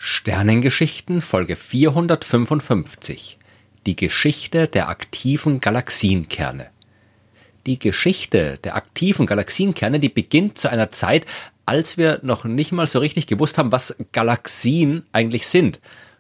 Sternengeschichten Folge 455. Die Geschichte der aktiven Galaxienkerne. Die Geschichte der aktiven Galaxienkerne, die beginnt zu einer Zeit, als wir noch nicht mal so richtig gewusst haben, was Galaxien eigentlich sind.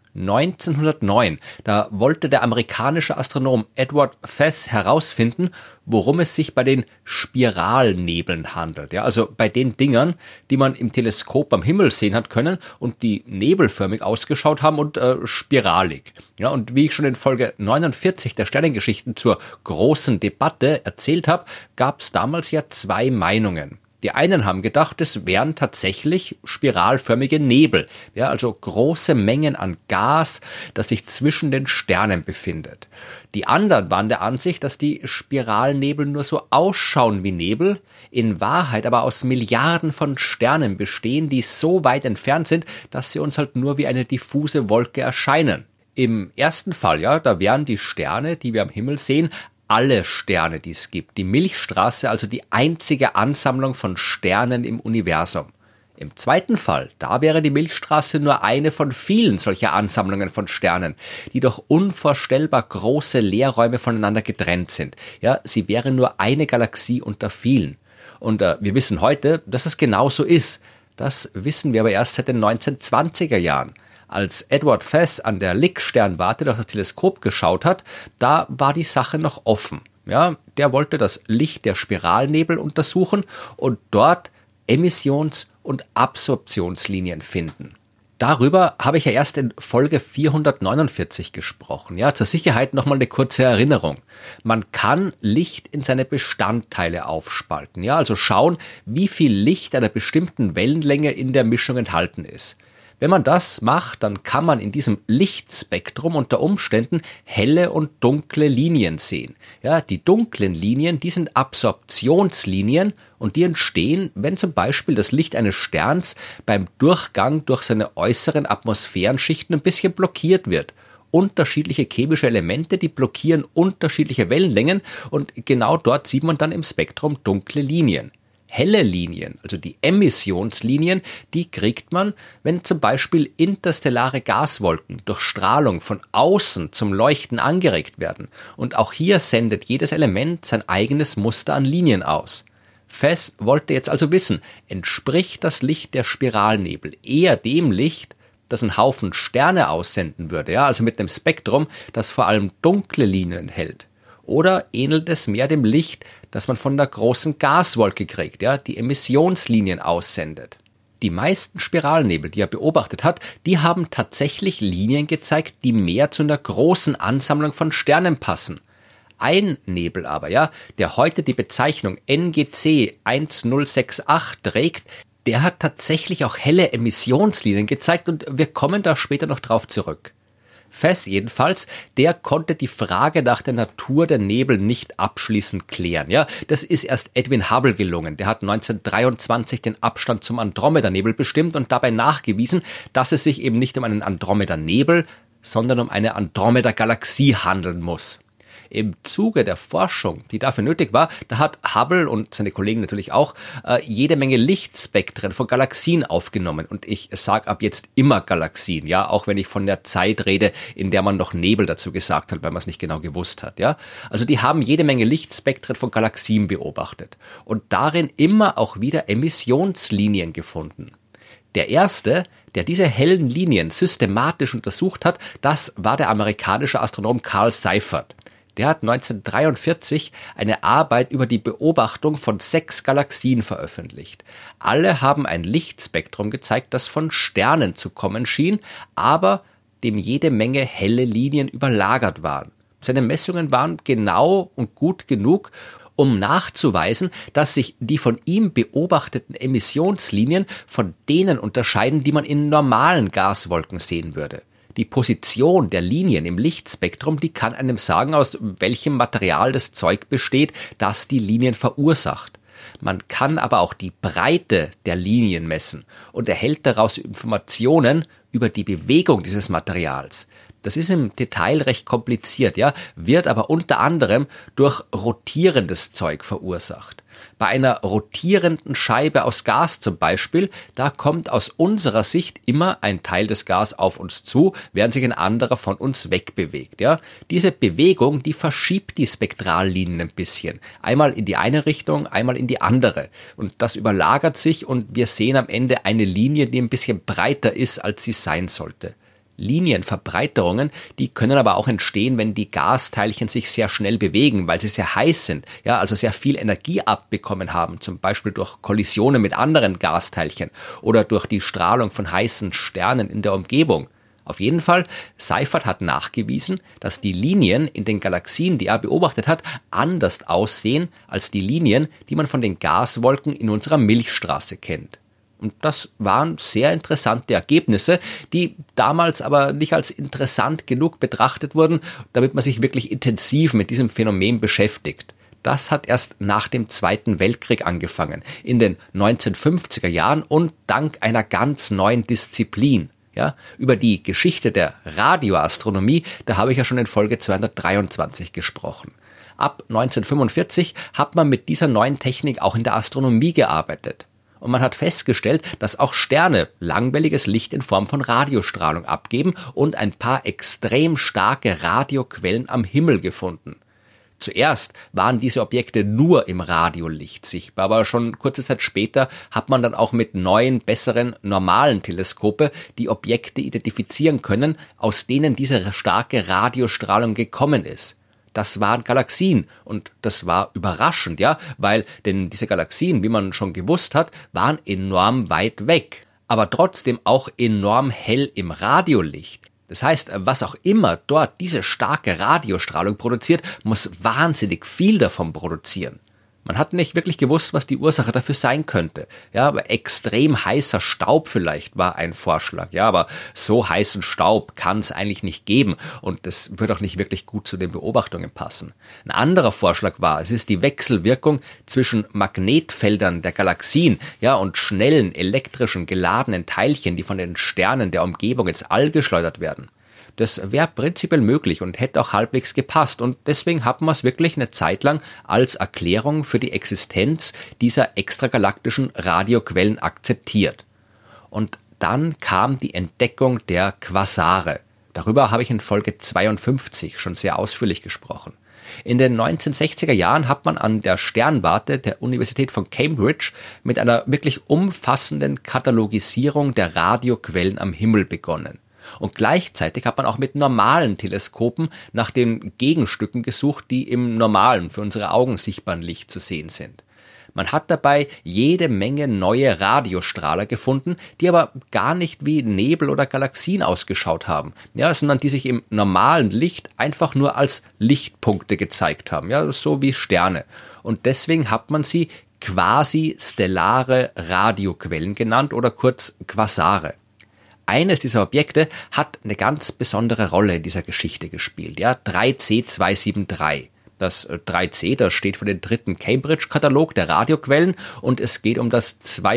1909, da wollte der amerikanische Astronom Edward Fess herausfinden, worum es sich bei den Spiralnebeln handelt. Ja, also bei den Dingern, die man im Teleskop am Himmel sehen hat können und die nebelförmig ausgeschaut haben und spiralig. Ja, und wie ich schon in Folge 49 der Sternengeschichten zur großen Debatte erzählt habe, gab es damals ja zwei Meinungen. Die einen haben gedacht, es wären tatsächlich spiralförmige Nebel, ja, also große Mengen an Gas, das sich zwischen den Sternen befindet. Die anderen waren der Ansicht, dass die Spiralnebel nur so ausschauen wie Nebel, in Wahrheit aber aus Milliarden von Sternen bestehen, die so weit entfernt sind, dass sie uns halt nur wie eine diffuse Wolke erscheinen. Im ersten Fall, ja, da wären die Sterne, die wir am Himmel sehen, alle Sterne, die es gibt. Die Milchstraße, also die einzige Ansammlung von Sternen im Universum. Im zweiten Fall, da wäre die Milchstraße nur eine von vielen solcher Ansammlungen von Sternen, die durch unvorstellbar große Leerräume voneinander getrennt sind. Ja, sie wäre nur eine Galaxie unter vielen. Und wir wissen heute, dass es genauso ist. Das wissen wir aber erst seit den 1920er Jahren. Als Edward Fess an der Lick-Sternwarte durch das Teleskop geschaut hat, da war die Sache noch offen. Ja, der wollte das Licht der Spiralnebel untersuchen und dort Emissions- und Absorptionslinien finden. Darüber habe ich ja erst in Folge 449 gesprochen. Ja, zur Sicherheit nochmal eine kurze Erinnerung. Man kann Licht in seine Bestandteile aufspalten. Ja, also schauen, wie viel Licht einer bestimmten Wellenlänge in der Mischung enthalten ist. Wenn man das macht, dann kann man in diesem Lichtspektrum unter Umständen helle und dunkle Linien sehen. Ja, die dunklen Linien, die sind Absorptionslinien und die entstehen, wenn zum Beispiel das Licht eines Sterns beim Durchgang durch seine äußeren Atmosphärenschichten ein bisschen blockiert wird. Unterschiedliche chemische Elemente, die blockieren unterschiedliche Wellenlängen und genau dort sieht man dann im Spektrum dunkle Linien. Helle Linien, also die Emissionslinien, die kriegt man, wenn zum Beispiel interstellare Gaswolken durch Strahlung von außen zum Leuchten angeregt werden. Und auch hier sendet jedes Element sein eigenes Muster an Linien aus. Fess wollte jetzt also wissen, entspricht das Licht der Spiralnebel eher dem Licht, das ein Haufen Sterne aussenden würde, ja, also mit einem Spektrum, das vor allem dunkle Linien enthält? Oder ähnelt es mehr dem Licht, das man von der großen Gaswolke kriegt, ja, die Emissionslinien aussendet? Die meisten Spiralnebel, die er beobachtet hat, die haben tatsächlich Linien gezeigt, die mehr zu einer großen Ansammlung von Sternen passen. Ein Nebel aber, ja, der heute die Bezeichnung NGC 1068 trägt, der hat tatsächlich auch helle Emissionslinien gezeigt und wir kommen da später noch drauf zurück. Fess jedenfalls, der konnte die Frage nach der Natur der Nebel nicht abschließend klären. Ja, das ist erst Edwin Hubble gelungen. Der hat 1923 den Abstand zum Andromeda-Nebel bestimmt und dabei nachgewiesen, dass es sich eben nicht um einen Andromeda-Nebel, sondern um eine Andromeda-Galaxie handeln muss. Im Zuge der Forschung, die dafür nötig war, da hat Hubble und seine Kollegen natürlich auch jede Menge Lichtspektren von Galaxien aufgenommen. Und ich sage ab jetzt immer Galaxien, ja, auch wenn ich von der Zeit rede, in der man noch Nebel dazu gesagt hat, weil man es nicht genau gewusst hat, ja. Also die haben jede Menge Lichtspektren von Galaxien beobachtet und darin immer auch wieder Emissionslinien gefunden. Der erste, der diese hellen Linien systematisch untersucht hat, das war der amerikanische Astronom Carl Seyfert. Der hat 1943 eine Arbeit über die Beobachtung von 6 Galaxien veröffentlicht. Alle haben ein Lichtspektrum gezeigt, das von Sternen zu kommen schien, aber dem jede Menge helle Linien überlagert waren. Seine Messungen waren genau und gut genug, um nachzuweisen, dass sich die von ihm beobachteten Emissionslinien von denen unterscheiden, die man in normalen Gaswolken sehen würde. Die Position der Linien im Lichtspektrum, die kann einem sagen, aus welchem Material das Zeug besteht, das die Linien verursacht. Man kann aber auch die Breite der Linien messen und erhält daraus Informationen über die Bewegung dieses Materials. Das ist im Detail recht kompliziert, ja, wird aber unter anderem durch rotierendes Zeug verursacht. Bei einer rotierenden Scheibe aus Gas zum Beispiel, da kommt aus unserer Sicht immer ein Teil des Gas auf uns zu, während sich ein anderer von uns wegbewegt. Ja? Diese Bewegung, die verschiebt die Spektrallinien ein bisschen. Einmal in die eine Richtung, einmal in die andere. Und das überlagert sich und wir sehen am Ende eine Linie, die ein bisschen breiter ist, als sie sein sollte. Linienverbreiterungen, die können aber auch entstehen, wenn die Gasteilchen sich sehr schnell bewegen, weil sie sehr heiß sind, ja, also sehr viel Energie abbekommen haben, zum Beispiel durch Kollisionen mit anderen Gasteilchen oder durch die Strahlung von heißen Sternen in der Umgebung. Auf jeden Fall, Seyferth hat nachgewiesen, dass die Linien in den Galaxien, die er beobachtet hat, anders aussehen als die Linien, die man von den Gaswolken in unserer Milchstraße kennt. Und das waren sehr interessante Ergebnisse, die damals aber nicht als interessant genug betrachtet wurden, damit man sich wirklich intensiv mit diesem Phänomen beschäftigt. Das hat erst nach dem Zweiten Weltkrieg angefangen, in den 1950er Jahren und dank einer ganz neuen Disziplin. Ja, über die Geschichte der Radioastronomie, da habe ich ja schon in Folge 223 gesprochen. Ab 1945 hat man mit dieser neuen Technik auch in der Astronomie gearbeitet. Und man hat festgestellt, dass auch Sterne langwelliges Licht in Form von Radiostrahlung abgeben und ein paar extrem starke Radioquellen am Himmel gefunden. Zuerst waren diese Objekte nur im Radiolicht sichtbar, aber schon kurze Zeit später hat man dann auch mit neuen, besseren, normalen Teleskope die Objekte identifizieren können, aus denen diese starke Radiostrahlung gekommen ist. Das waren Galaxien und das war überraschend, ja, denn diese Galaxien, wie man schon gewusst hat, waren enorm weit weg, aber trotzdem auch enorm hell im Radiolicht. Das heißt, was auch immer dort diese starke Radiostrahlung produziert, muss wahnsinnig viel davon produzieren. Man hat nicht wirklich gewusst, was die Ursache dafür sein könnte. Ja, aber extrem heißer Staub vielleicht war ein Vorschlag. Ja, aber so heißen Staub kann es eigentlich nicht geben und das würde auch nicht wirklich gut zu den Beobachtungen passen. Ein anderer Vorschlag war, es ist die Wechselwirkung zwischen Magnetfeldern der Galaxien, ja, und schnellen elektrischen geladenen Teilchen, die von den Sternen der Umgebung ins All geschleudert werden. Das wäre prinzipiell möglich und hätte auch halbwegs gepasst und deswegen hat man es wirklich eine Zeit lang als Erklärung für die Existenz dieser extragalaktischen Radioquellen akzeptiert. Und dann kam die Entdeckung der Quasare. Darüber habe ich in Folge 52 schon sehr ausführlich gesprochen. In den 1960er Jahren hat man an der Sternwarte der Universität von Cambridge mit einer wirklich umfassenden Katalogisierung der Radioquellen am Himmel begonnen. Und gleichzeitig hat man auch mit normalen Teleskopen nach den Gegenstücken gesucht, die im normalen, für unsere Augen sichtbaren Licht zu sehen sind. Man hat dabei jede Menge neue Radiostrahler gefunden, die aber gar nicht wie Nebel oder Galaxien ausgeschaut haben, ja, sondern die sich im normalen Licht einfach nur als Lichtpunkte gezeigt haben, ja, so wie Sterne. Und deswegen hat man sie quasi-stellare Radioquellen genannt oder kurz Quasare. Eines dieser Objekte hat eine ganz besondere Rolle in dieser Geschichte gespielt, ja, 3C273. Das 3C, das steht für den dritten Cambridge-Katalog der Radioquellen und es geht um das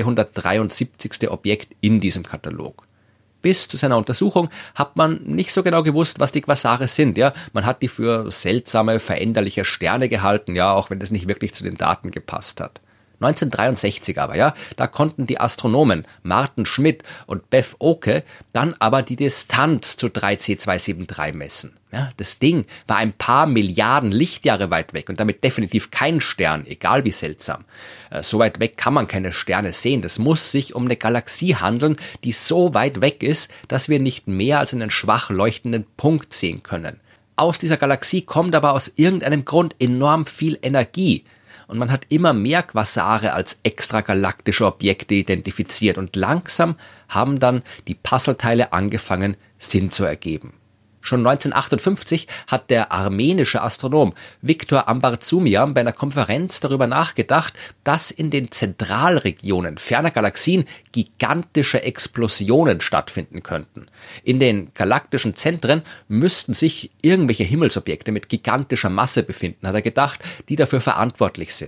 273. Objekt in diesem Katalog. Bis zu seiner Untersuchung hat man nicht so genau gewusst, was die Quasare sind, ja. Man hat die für seltsame, veränderliche Sterne gehalten, ja, auch wenn das nicht wirklich zu den Daten gepasst hat. 1963 aber, ja, da konnten die Astronomen Martin Schmidt und Bev Oke dann aber die Distanz zu 3C273 messen. Ja, das Ding war ein paar Milliarden Lichtjahre weit weg und damit definitiv kein Stern, egal wie seltsam. So weit weg kann man keine Sterne sehen. Das muss sich um eine Galaxie handeln, die so weit weg ist, dass wir nicht mehr als einen schwach leuchtenden Punkt sehen können. Aus dieser Galaxie kommt aber aus irgendeinem Grund enorm viel Energie. Und man hat immer mehr Quasare als extragalaktische Objekte identifiziert und langsam haben dann die Puzzleteile angefangen, Sinn zu ergeben. Schon 1958 hat der armenische Astronom Viktor Ambarzumian bei einer Konferenz darüber nachgedacht, dass in den Zentralregionen ferner Galaxien gigantische Explosionen stattfinden könnten. In den galaktischen Zentren müssten sich irgendwelche Himmelsobjekte mit gigantischer Masse befinden, hat er gedacht, die dafür verantwortlich sind.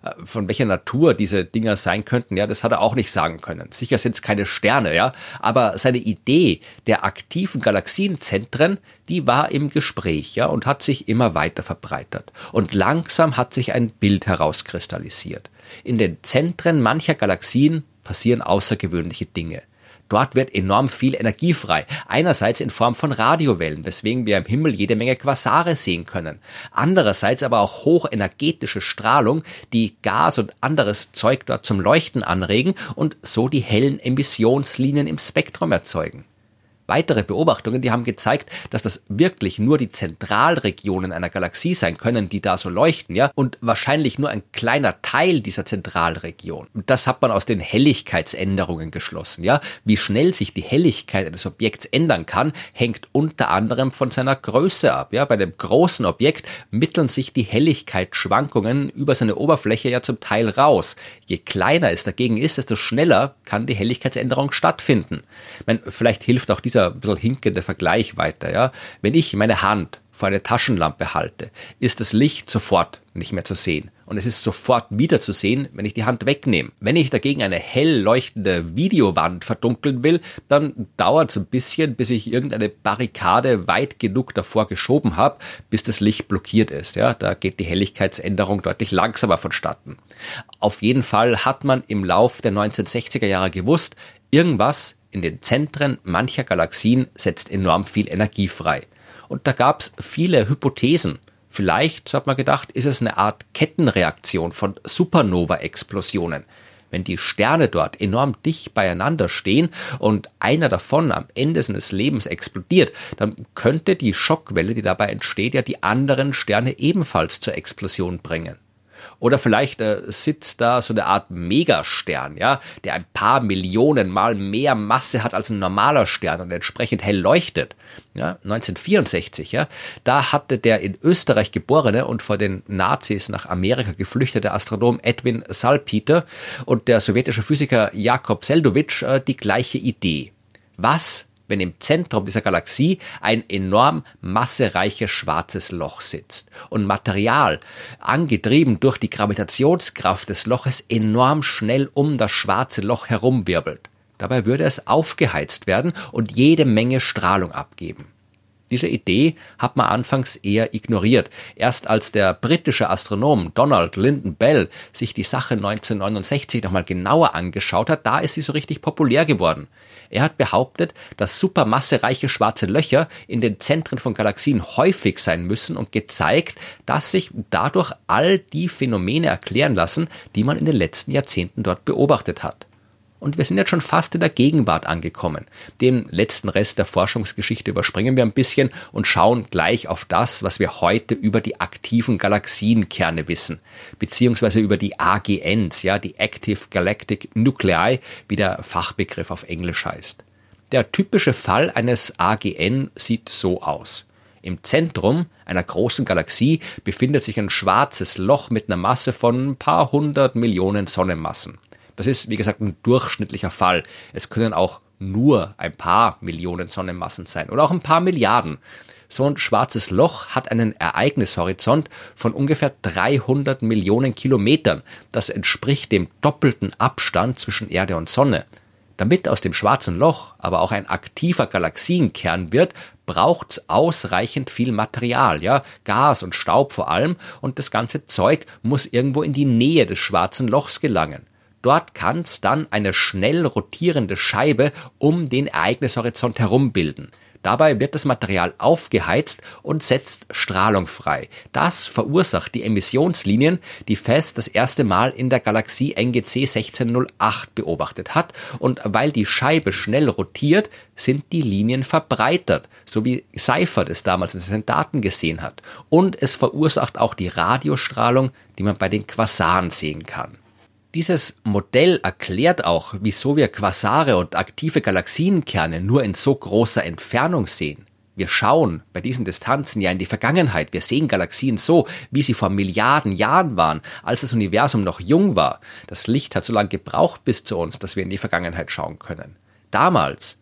Von welcher Natur diese Dinger sein könnten, ja, das hat er auch nicht sagen können. Sicher sind es keine Sterne, ja, aber seine Idee der aktiven Galaxienzentren, die war im Gespräch, ja, und hat sich immer weiter verbreitert. Und langsam hat sich ein Bild herauskristallisiert. In den Zentren mancher Galaxien passieren außergewöhnliche Dinge. Dort wird enorm viel Energie frei. Einerseits in Form von Radiowellen, weswegen wir im Himmel jede Menge Quasare sehen können. Andererseits aber auch hochenergetische Strahlung, die Gas und anderes Zeug dort zum Leuchten anregen und so die hellen Emissionslinien im Spektrum erzeugen. Weitere Beobachtungen, die haben gezeigt, dass das wirklich nur die Zentralregionen einer Galaxie sein können, die da so leuchten, ja, und wahrscheinlich nur ein kleiner Teil dieser Zentralregion. Und das hat man aus den Helligkeitsänderungen geschlossen, ja. Wie schnell sich die Helligkeit eines Objekts ändern kann, hängt unter anderem von seiner Größe ab, ja. Bei einem großen Objekt mitteln sich die Helligkeitsschwankungen über seine Oberfläche ja zum Teil raus. Je kleiner es dagegen ist, desto schneller kann die Helligkeitsänderung stattfinden. Ich meine, vielleicht hilft auch dieser ein bisschen hinkende Vergleich weiter, ja. Wenn ich meine Hand vor eine Taschenlampe halte, ist das Licht sofort nicht mehr zu sehen. Und es ist sofort wieder zu sehen, wenn ich die Hand wegnehme. Wenn ich dagegen eine hell leuchtende Videowand verdunkeln will, dann dauert es ein bisschen, bis ich irgendeine Barrikade weit genug davor geschoben habe, bis das Licht blockiert ist. Ja, da geht die Helligkeitsänderung deutlich langsamer vonstatten. Auf jeden Fall hat man im Lauf der 1960er Jahre gewusst, irgendwas in den Zentren mancher Galaxien setzt enorm viel Energie frei. Und da gab es viele Hypothesen. Vielleicht, so hat man gedacht, ist es eine Art Kettenreaktion von Supernova-Explosionen. Wenn die Sterne dort enorm dicht beieinander stehen und einer davon am Ende seines Lebens explodiert, dann könnte die Schockwelle, die dabei entsteht, ja die anderen Sterne ebenfalls zur Explosion bringen. Oder vielleicht sitzt da so eine Art Megastern, ja, der ein paar Millionen Mal mehr Masse hat als ein normaler Stern und entsprechend hell leuchtet. Ja, 1964, ja, da hatte der in Österreich geborene und vor den Nazis nach Amerika geflüchtete Astronom Edwin Salpeter und der sowjetische Physiker Jakob Seldowitsch die gleiche Idee. Was, wenn im Zentrum dieser Galaxie ein enorm massereiches schwarzes Loch sitzt und Material, angetrieben durch die Gravitationskraft des Loches, enorm schnell um das schwarze Loch herumwirbelt? Dabei würde es aufgeheizt werden und jede Menge Strahlung abgeben. Diese Idee hat man anfangs eher ignoriert. Erst als der britische Astronom Donald Lyndon Bell sich die Sache 1969 nochmal genauer angeschaut hat, da ist sie so richtig populär geworden. Er hat behauptet, dass supermassereiche schwarze Löcher in den Zentren von Galaxien häufig sein müssen und gezeigt, dass sich dadurch all die Phänomene erklären lassen, die man in den letzten Jahrzehnten dort beobachtet hat. Und wir sind jetzt schon fast in der Gegenwart angekommen. Den letzten Rest der Forschungsgeschichte überspringen wir ein bisschen und schauen gleich auf das, was wir heute über die aktiven Galaxienkerne wissen, beziehungsweise über die AGNs, ja, die Active Galactic Nuclei, wie der Fachbegriff auf Englisch heißt. Der typische Fall eines AGN sieht so aus. Im Zentrum einer großen Galaxie befindet sich ein schwarzes Loch mit einer Masse von ein paar 100 Millionen Sonnenmassen. Das ist, wie gesagt, ein durchschnittlicher Fall. Es können auch nur ein paar Millionen Sonnenmassen sein oder auch ein paar Milliarden. So ein schwarzes Loch hat einen Ereignishorizont von ungefähr 300 Millionen Kilometern. Das entspricht dem doppelten Abstand zwischen Erde und Sonne. Damit aus dem schwarzen Loch aber auch ein aktiver Galaxienkern wird, braucht's ausreichend viel Material, ja, Gas und Staub vor allem, und das ganze Zeug muss irgendwo in die Nähe des schwarzen Lochs gelangen. Dort kann es dann eine schnell rotierende Scheibe um den Ereignishorizont herum bilden. Dabei wird das Material aufgeheizt und setzt Strahlung frei. Das verursacht die Emissionslinien, die FESS das erste Mal in der Galaxie NGC 1608 beobachtet hat. Und weil die Scheibe schnell rotiert, sind die Linien verbreitert, so wie Seyfert es damals in seinen Daten gesehen hat. Und es verursacht auch die Radiostrahlung, die man bei den Quasaren sehen kann. Dieses Modell erklärt auch, wieso wir Quasare und aktive Galaxienkerne nur in so großer Entfernung sehen. Wir schauen bei diesen Distanzen ja in die Vergangenheit. Wir sehen Galaxien so, wie sie vor Milliarden Jahren waren, als das Universum noch jung war. Das Licht hat so lange gebraucht bis zu uns, dass wir in die Vergangenheit schauen können. Damals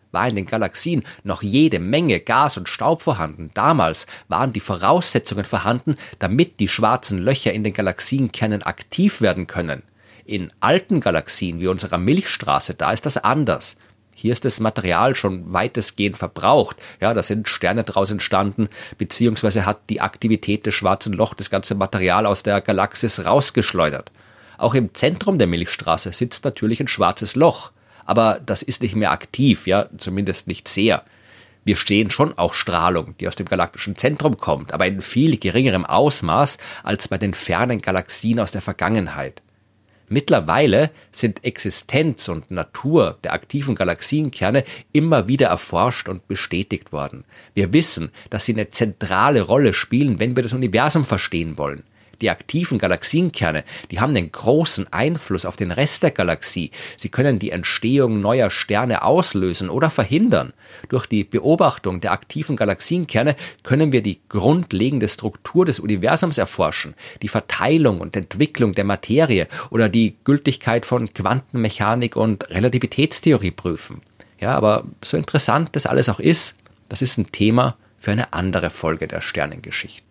war in den Galaxien noch jede Menge Gas und Staub vorhanden. Damals waren die Voraussetzungen vorhanden, damit die schwarzen Löcher in den Galaxienkernen aktiv werden können. In alten Galaxien wie unserer Milchstraße, da ist das anders. Hier ist das Material schon weitestgehend verbraucht. Ja, da sind Sterne draus entstanden, beziehungsweise hat die Aktivität des schwarzen Lochs das ganze Material aus der Galaxis rausgeschleudert. Auch im Zentrum der Milchstraße sitzt natürlich ein schwarzes Loch. Aber das ist nicht mehr aktiv, ja, zumindest nicht sehr. Wir sehen schon auch Strahlung, die aus dem galaktischen Zentrum kommt, aber in viel geringerem Ausmaß als bei den fernen Galaxien aus der Vergangenheit. Mittlerweile sind Existenz und Natur der aktiven Galaxienkerne immer wieder erforscht und bestätigt worden. Wir wissen, dass sie eine zentrale Rolle spielen, wenn wir das Universum verstehen wollen. Die aktiven Galaxienkerne, die haben einen großen Einfluss auf den Rest der Galaxie. Sie können die Entstehung neuer Sterne auslösen oder verhindern. Durch die Beobachtung der aktiven Galaxienkerne können wir die grundlegende Struktur des Universums erforschen, die Verteilung und Entwicklung der Materie oder die Gültigkeit von Quantenmechanik und Relativitätstheorie prüfen. Ja, aber so interessant das alles auch ist, das ist ein Thema für eine andere Folge der Sternengeschichte.